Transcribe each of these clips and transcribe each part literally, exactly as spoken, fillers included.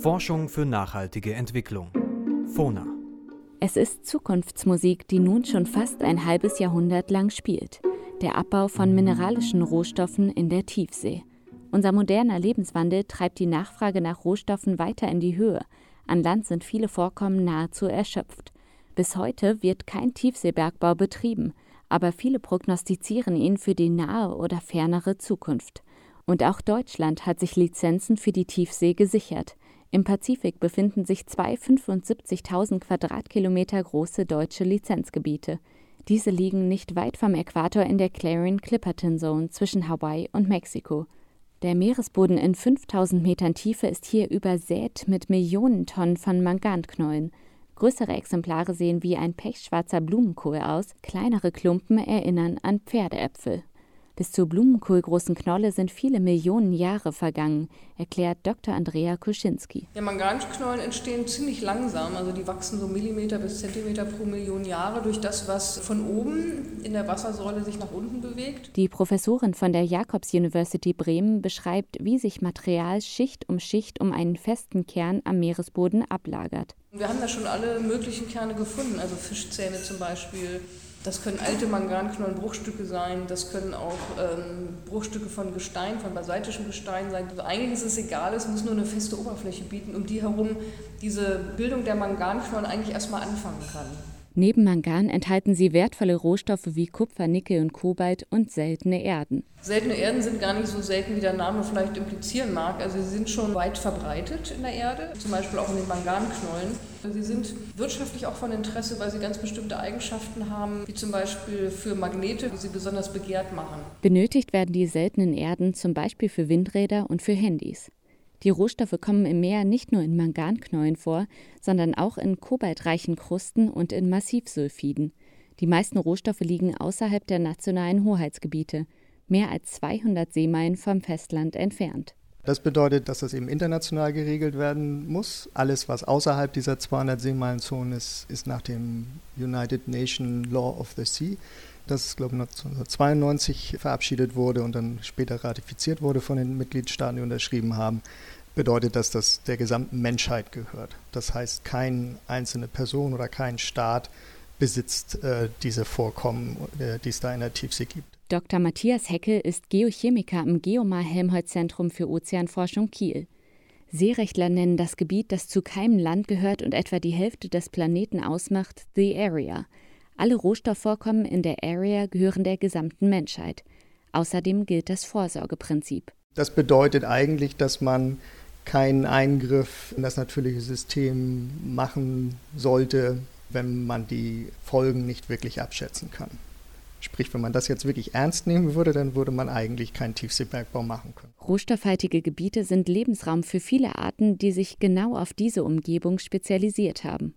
Forschung für nachhaltige Entwicklung. FONA. Es ist Zukunftsmusik, die nun schon fast ein halbes Jahrhundert lang spielt. Der Abbau von mineralischen Rohstoffen in der Tiefsee. Unser moderner Lebenswandel treibt die Nachfrage nach Rohstoffen weiter in die Höhe. An Land sind viele Vorkommen nahezu erschöpft. Bis heute wird kein Tiefseebergbau betrieben, aber viele prognostizieren ihn für die nahe oder fernere Zukunft. Und auch Deutschland hat sich Lizenzen für die Tiefsee gesichert. Im Pazifik befinden sich zwei fünfundsiebzigtausend Quadratkilometer große deutsche Lizenzgebiete. Diese liegen nicht weit vom Äquator in der Clarion-Clipperton Zone zwischen Hawaii und Mexiko. Der Meeresboden in fünftausend Metern Tiefe ist hier übersät mit Millionen Tonnen von Manganknollen. Größere Exemplare sehen wie ein pechschwarzer Blumenkohl aus, kleinere Klumpen erinnern an Pferdeäpfel. Bis zur blumenkohlgroßen Knolle sind viele Millionen Jahre vergangen, erklärt Doktor Andrea Kuschinski. Ja, Manganknollen entstehen ziemlich langsam, also die wachsen so Millimeter bis Zentimeter pro Million Jahre durch das, was von oben in der Wassersäule sich nach unten bewegt. Die Professorin von der Jacobs University Bremen beschreibt, wie sich Material Schicht um Schicht um einen festen Kern am Meeresboden ablagert. Wir haben da schon alle möglichen Kerne gefunden, also Fischzähne zum Beispiel. Das können alte Manganknollenbruchstücke sein, das können auch ähm, Bruchstücke von Gestein, von basaltischem Gestein sein. Also eigentlich ist es egal, es muss nur eine feste Oberfläche bieten, um die herum diese Bildung der Manganknollen eigentlich erstmal anfangen kann. Neben Mangan enthalten sie wertvolle Rohstoffe wie Kupfer, Nickel und Kobalt und seltene Erden. Seltene Erden sind gar nicht so selten, wie der Name vielleicht implizieren mag. Also sie sind schon weit verbreitet in der Erde, zum Beispiel auch in den Manganknollen. Sie sind wirtschaftlich auch von Interesse, weil sie ganz bestimmte Eigenschaften haben, wie zum Beispiel für Magnete, die sie besonders begehrt machen. Benötigt werden die seltenen Erden zum Beispiel für Windräder und für Handys. Die Rohstoffe kommen im Meer nicht nur in Manganknollen vor, sondern auch in kobaltreichen Krusten und in Massivsulfiden. Die meisten Rohstoffe liegen außerhalb der nationalen Hoheitsgebiete, mehr als zweihundert Seemeilen vom Festland entfernt. Das bedeutet, dass das eben international geregelt werden muss. Alles, was außerhalb dieser zweihundert Seemeilenzone ist, ist nach dem United Nations Law of the Sea, das, glaube ich, neunzehnhundertzweiundneunzig verabschiedet wurde und dann später ratifiziert wurde von den Mitgliedstaaten, die unterschrieben haben, bedeutet, dass das der gesamten Menschheit gehört. Das heißt, keine einzelne Person oder kein Staat besitzt äh, diese Vorkommen, äh, die es da in der Tiefsee gibt. Doktor Matthias Hecke ist Geochemiker im Geomar-Helmholtz-Zentrum für Ozeanforschung Kiel. Seerechtler nennen das Gebiet, das zu keinem Land gehört und etwa die Hälfte des Planeten ausmacht, The Area. Alle Rohstoffvorkommen in der Area gehören der gesamten Menschheit. Außerdem gilt das Vorsorgeprinzip. Das bedeutet eigentlich, dass man keinen Eingriff in das natürliche System machen sollte, wenn man die Folgen nicht wirklich abschätzen kann. Sprich, wenn man das jetzt wirklich ernst nehmen würde, dann würde man eigentlich keinen Tiefseebergbau machen können. Rohstoffhaltige Gebiete sind Lebensraum für viele Arten, die sich genau auf diese Umgebung spezialisiert haben.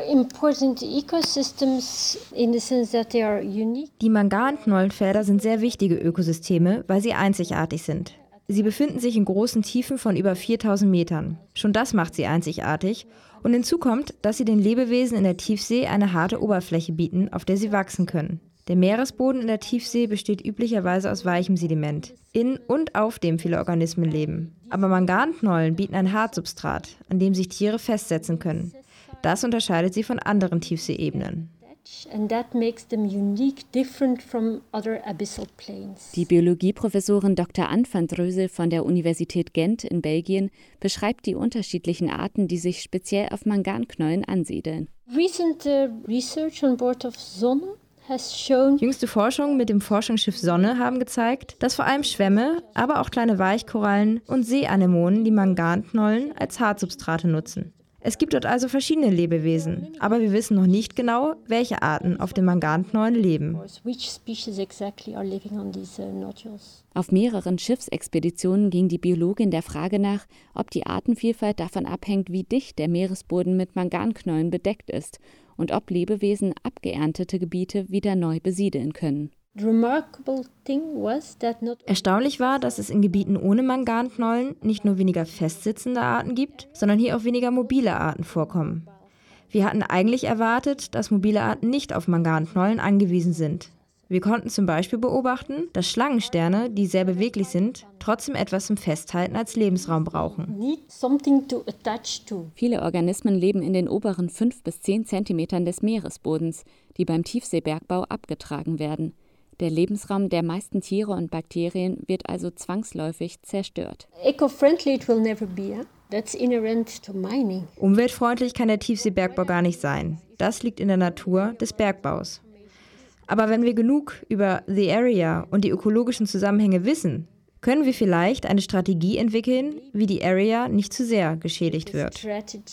Die Manganknollenfelder sind sehr wichtige Ökosysteme, weil sie einzigartig sind. Sie befinden sich in großen Tiefen von über viertausend Metern. Schon das macht sie einzigartig. Und hinzu kommt, dass sie den Lebewesen in der Tiefsee eine harte Oberfläche bieten, auf der sie wachsen können. Der Meeresboden in der Tiefsee besteht üblicherweise aus weichem Sediment, in und auf dem viele Organismen leben. Aber Manganknollen bieten ein Hartsubstrat, an dem sich Tiere festsetzen können. Das unterscheidet sie von anderen Tiefseeebenen. Die Biologieprofessorin Doktor Ann van Drösel von der Universität Gent in Belgien beschreibt die unterschiedlichen Arten, die sich speziell auf Manganknollen ansiedeln. Recent uh, research on board of Sonne Jüngste Forschungen mit dem Forschungsschiff Sonne haben gezeigt, dass vor allem Schwämme, aber auch kleine Weichkorallen und Seeanemonen die Manganknollen als Hartsubstrate nutzen. Es gibt dort also verschiedene Lebewesen, aber wir wissen noch nicht genau, welche Arten auf den Manganknollen leben. Auf mehreren Schiffsexpeditionen ging die Biologin der Frage nach, ob die Artenvielfalt davon abhängt, wie dicht der Meeresboden mit Manganknollen bedeckt ist und ob Lebewesen abgeerntete Gebiete wieder neu besiedeln können. Erstaunlich war, dass es in Gebieten ohne Manganknollen nicht nur weniger festsitzende Arten gibt, sondern hier auch weniger mobile Arten vorkommen. Wir hatten eigentlich erwartet, dass mobile Arten nicht auf Manganknollen angewiesen sind. Wir konnten zum Beispiel beobachten, dass Schlangensterne, die sehr beweglich sind, trotzdem etwas zum Festhalten als Lebensraum brauchen. Viele Organismen leben in den oberen fünf bis zehn Zentimetern des Meeresbodens, die beim Tiefseebergbau abgetragen werden. Der Lebensraum der meisten Tiere und Bakterien wird also zwangsläufig zerstört. Umweltfreundlich kann der Tiefseebergbau gar nicht sein. Das liegt in der Natur des Bergbaus. Aber wenn wir genug über The Area und die ökologischen Zusammenhänge wissen, können wir vielleicht eine Strategie entwickeln, wie die Area nicht zu sehr geschädigt wird.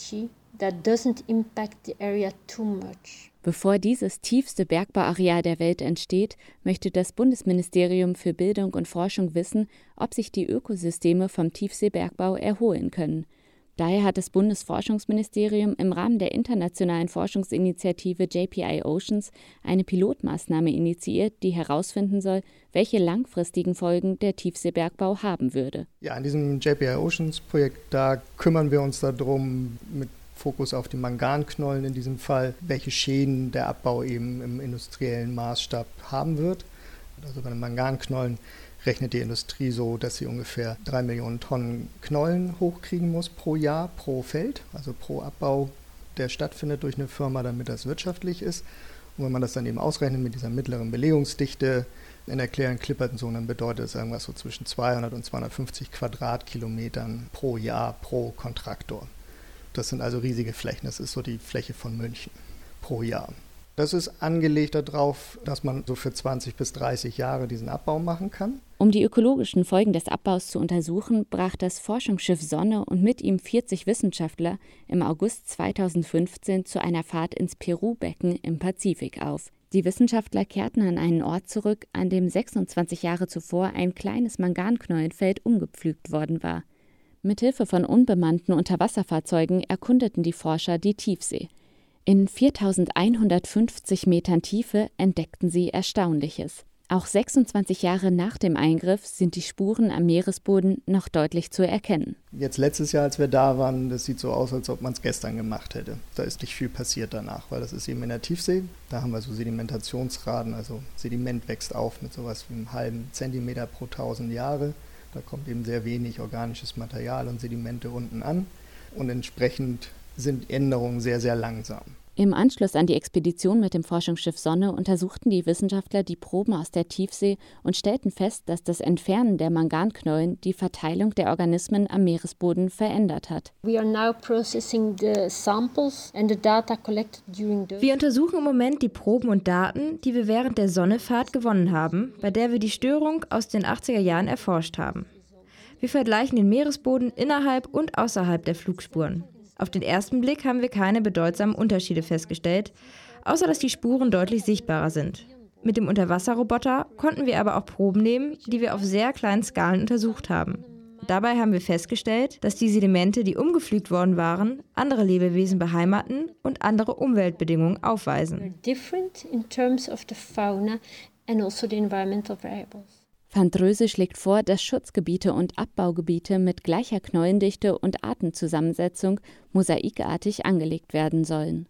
Bevor dieses tiefste Bergbauareal der Welt entsteht, möchte das Bundesministerium für Bildung und Forschung wissen, ob sich die Ökosysteme vom Tiefseebergbau erholen können. Daher hat das Bundesforschungsministerium im Rahmen der internationalen Forschungsinitiative J P I Oceans eine Pilotmaßnahme initiiert, die herausfinden soll, welche langfristigen Folgen der Tiefseebergbau haben würde. Ja, in diesem J P I Oceans Projekt, da kümmern wir uns darum, mit Fokus auf die Manganknollen in diesem Fall, welche Schäden der Abbau eben im industriellen Maßstab haben wird. Also bei den Manganknollen rechnet die Industrie so, dass sie ungefähr drei Millionen Tonnen Knollen hochkriegen muss pro Jahr, pro Feld, also pro Abbau, der stattfindet durch eine Firma, damit das wirtschaftlich ist. Und wenn man das dann eben ausrechnet mit dieser mittleren Belegungsdichte in der Clarion-Clipperton-Zone, dann bedeutet das irgendwas so zwischen zweihundert und zweihundertfünfzig Quadratkilometern pro Jahr pro Kontraktor. Das sind also riesige Flächen, das ist so die Fläche von München pro Jahr. Das ist angelegt darauf, dass man so für zwanzig bis dreißig Jahre diesen Abbau machen kann. Um die ökologischen Folgen des Abbaus zu untersuchen, brach das Forschungsschiff Sonne und mit ihm vierzig Wissenschaftler im August zweitausendfünfzehn zu einer Fahrt ins Peru-Becken im Pazifik auf. Die Wissenschaftler kehrten an einen Ort zurück, an dem sechsundzwanzig Jahre zuvor ein kleines Manganknollenfeld umgepflügt worden war. Mithilfe von unbemannten Unterwasserfahrzeugen erkundeten die Forscher die Tiefsee. In viertausendeinhundertfünfzig Metern Tiefe entdeckten sie Erstaunliches. Auch sechsundzwanzig Jahre nach dem Eingriff sind die Spuren am Meeresboden noch deutlich zu erkennen. Jetzt letztes Jahr, als wir da waren, das sieht so aus, als ob man es gestern gemacht hätte. Da ist nicht viel passiert danach, weil das ist eben in der Tiefsee. Da haben wir so Sedimentationsraten, also Sediment wächst auf mit sowas wie einem halben Zentimeter pro tausend Jahre. Da kommt eben sehr wenig organisches Material und Sedimente unten an und entsprechend sind Änderungen sehr, sehr langsam. Im Anschluss an die Expedition mit dem Forschungsschiff Sonne untersuchten die Wissenschaftler die Proben aus der Tiefsee und stellten fest, dass das Entfernen der Manganknollen die Verteilung der Organismen am Meeresboden verändert hat. Wir untersuchen im Moment die Proben und Daten, die wir während der Sonnefahrt gewonnen haben, bei der wir die Störung aus den achtziger Jahren erforscht haben. Wir vergleichen den Meeresboden innerhalb und außerhalb der Flugspuren. Auf den ersten Blick haben wir keine bedeutsamen Unterschiede festgestellt, außer dass die Spuren deutlich sichtbarer sind. Mit dem Unterwasserroboter konnten wir aber auch Proben nehmen, die wir auf sehr kleinen Skalen untersucht haben. Dabei haben wir festgestellt, dass die Sedimente, die umgepflügt worden waren, andere Lebewesen beheimaten und andere Umweltbedingungen aufweisen. Van Dröse schlägt vor, dass Schutzgebiete und Abbaugebiete mit gleicher Knollendichte und Artenzusammensetzung mosaikartig angelegt werden sollen.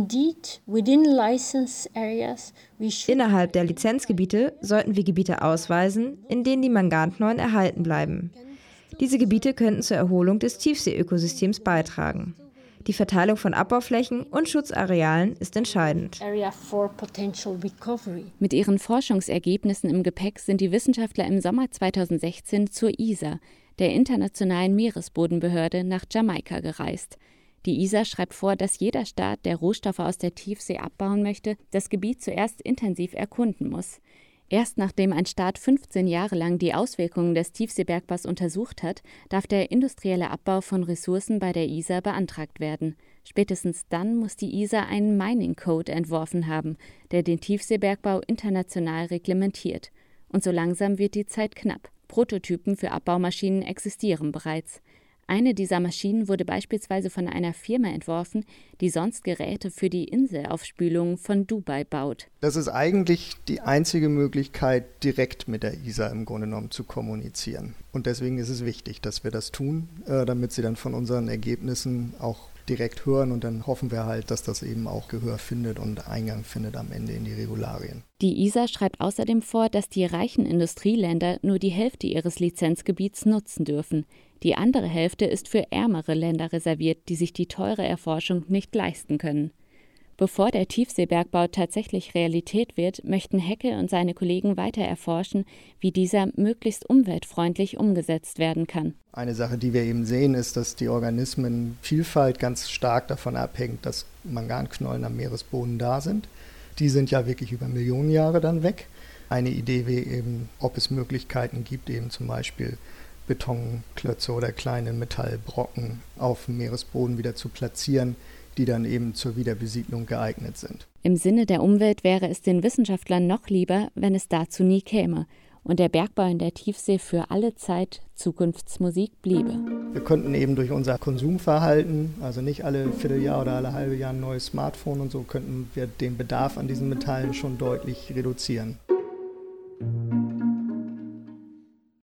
Innerhalb der Lizenzgebiete sollten wir Gebiete ausweisen, in denen die Manganknollen erhalten bleiben. Diese Gebiete könnten zur Erholung des Tiefseeökosystems beitragen. Die Verteilung von Abbauflächen und Schutzarealen ist entscheidend. Mit ihren Forschungsergebnissen im Gepäck sind die Wissenschaftler im Sommer zweitausendsechzehn zur I S A, der Internationalen Meeresbodenbehörde, nach Jamaika gereist. Die I S A schreibt vor, dass jeder Staat, der Rohstoffe aus der Tiefsee abbauen möchte, das Gebiet zuerst intensiv erkunden muss. Erst nachdem ein Staat fünfzehn Jahre lang die Auswirkungen des Tiefseebergbaus untersucht hat, darf der industrielle Abbau von Ressourcen bei der I S A beantragt werden. Spätestens dann muss die I S A einen Mining Code entworfen haben, der den Tiefseebergbau international reglementiert. Und so langsam wird die Zeit knapp. Prototypen für Abbaumaschinen existieren bereits. Eine dieser Maschinen wurde beispielsweise von einer Firma entworfen, die sonst Geräte für die Inselaufspülung von Dubai baut. Das ist eigentlich die einzige Möglichkeit, direkt mit der I S A im Grunde genommen zu kommunizieren. Und deswegen ist es wichtig, dass wir das tun, damit sie dann von unseren Ergebnissen auch direkt hören und dann hoffen wir halt, dass das eben auch Gehör findet und Eingang findet am Ende in die Regularien. Die I S A schreibt außerdem vor, dass die reichen Industrieländer nur die Hälfte ihres Lizenzgebiets nutzen dürfen. Die andere Hälfte ist für ärmere Länder reserviert, die sich die teure Erforschung nicht leisten können. Bevor der Tiefseebergbau tatsächlich Realität wird, möchten Hecke und seine Kollegen weiter erforschen, wie dieser möglichst umweltfreundlich umgesetzt werden kann. Eine Sache, die wir eben sehen, ist, dass die Organismenvielfalt ganz stark davon abhängt, dass Manganknollen am Meeresboden da sind. Die sind ja wirklich über Millionen Jahre dann weg. Eine Idee wäre eben, ob es Möglichkeiten gibt, eben zum Beispiel Betonklötze oder kleine Metallbrocken auf dem Meeresboden wieder zu platzieren, die dann eben zur Wiederbesiedlung geeignet sind. Im Sinne der Umwelt wäre es den Wissenschaftlern noch lieber, wenn es dazu nie käme und der Bergbau in der Tiefsee für alle Zeit Zukunftsmusik bliebe. Wir könnten eben durch unser Konsumverhalten, also nicht alle Vierteljahr oder alle halbe Jahr ein neues Smartphone und so, könnten wir den Bedarf an diesen Metallen schon deutlich reduzieren.